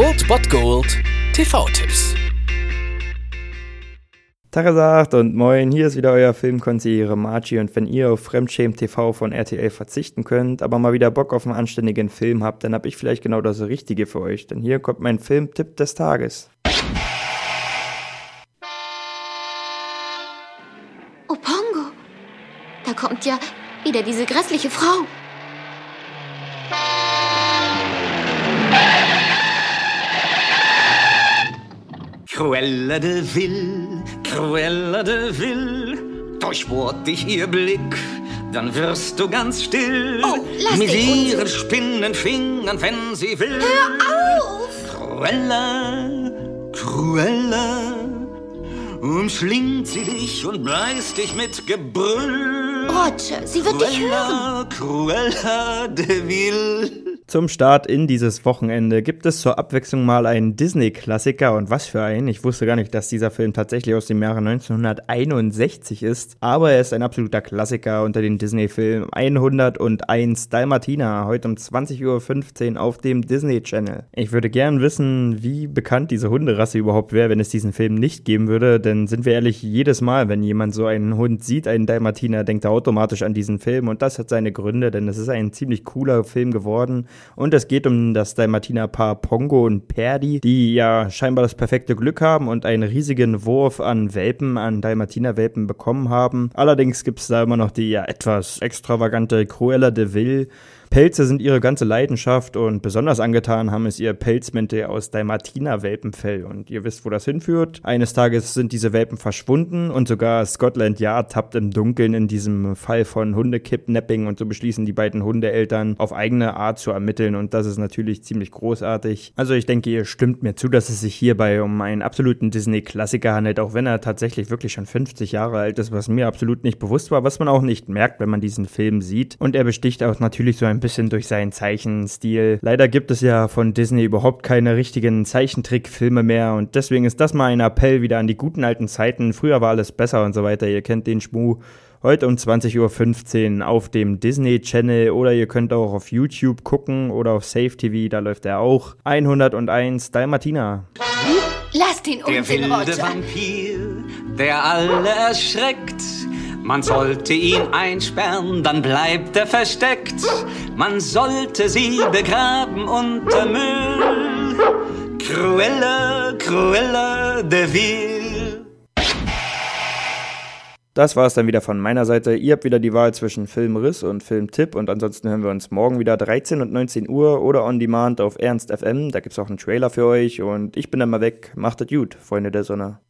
Old Bot Gold TV-Tipps. Tagesacht und moin, hier ist wieder euer Filmkonsigliere Margie und wenn ihr auf Fremdschämen TV von RTL verzichten könnt, aber mal wieder Bock auf einen anständigen Film habt, dann hab ich vielleicht genau das Richtige für euch, denn hier kommt mein Filmtipp des Tages. Oh Pongo, da kommt ja wieder diese grässliche Frau. Cruella de Vil, durchbohrt dich ihr Blick, dann wirst du ganz still. Oh, lass mit den ihren Spinnenfingern, wenn sie will. Hör auf! Cruella, umschlingt sie dich und beißt dich mit Gebrüll. Roger, sie wird dich hören. Cruella de Vil. Zum Start in dieses Wochenende gibt es zur Abwechslung mal einen Disney-Klassiker und was für einen. Ich wusste gar nicht, dass dieser Film tatsächlich aus dem Jahre 1961 ist, aber er ist ein absoluter Klassiker unter den Disney-Filmen. 101 Dalmatiner, heute um 20:15 Uhr auf dem Disney Channel. Ich würde gern wissen, wie bekannt diese Hunderasse überhaupt wäre, wenn es diesen Film nicht geben würde, denn sind wir ehrlich, jedes Mal, wenn jemand so einen Hund sieht, einen Dalmatiner, denkt er automatisch an diesen Film und das hat seine Gründe, denn es ist ein ziemlich cooler Film geworden. Und es geht um das Dalmatiner-Paar Pongo und Perdi, die ja scheinbar das perfekte Glück haben und einen riesigen Wurf an Welpen, an Dalmatiner-Welpen bekommen haben. Allerdings gibt es da immer noch die ja etwas extravagante Cruella de Vil. Pelze sind ihre ganze Leidenschaft und besonders angetan haben es ihr Pelzmäntel aus Dalmatiner-Welpenfell. Und ihr wisst, wo das hinführt. Eines Tages sind diese Welpen verschwunden und sogar Scotland Yard tappt im Dunkeln in diesem Fall von Hundekidnapping und so beschließen die beiden Hundeeltern auf eigene Art zu ermitteln und das ist natürlich ziemlich großartig. Also ich denke, ihr stimmt mir zu, dass es sich hierbei um einen absoluten Disney-Klassiker handelt, auch wenn er tatsächlich wirklich schon 50 Jahre alt ist, was mir absolut nicht bewusst war, was man auch nicht merkt, wenn man diesen Film sieht. Und er besticht auch natürlich so ein bisschen durch seinen Zeichenstil. Leider gibt es ja von Disney überhaupt keine richtigen Zeichentrickfilme mehr und deswegen ist das mal ein Appell wieder an die guten alten Zeiten. Früher war alles besser und so weiter. Ihr kennt den Schmuh. Heute um 20:15 Uhr auf dem Disney Channel oder ihr könnt auch auf YouTube gucken oder auf Save TV, da läuft er auch. 101 Dalmatiner. Lass den Der Unsinn, wilde Roger. Vampir, der alle erschreckt. Man sollte ihn einsperren, dann bleibt er versteckt. Man sollte sie begraben unter Müll. Cruella de Vil. Das war es dann wieder von meiner Seite. Ihr habt wieder die Wahl zwischen Filmriss und Filmtipp und ansonsten hören wir uns morgen wieder 13 und 19 Uhr oder on demand auf Ernst FM. Da gibt's auch einen Trailer für euch und ich bin dann mal weg. Macht es gut, Freunde der Sonne.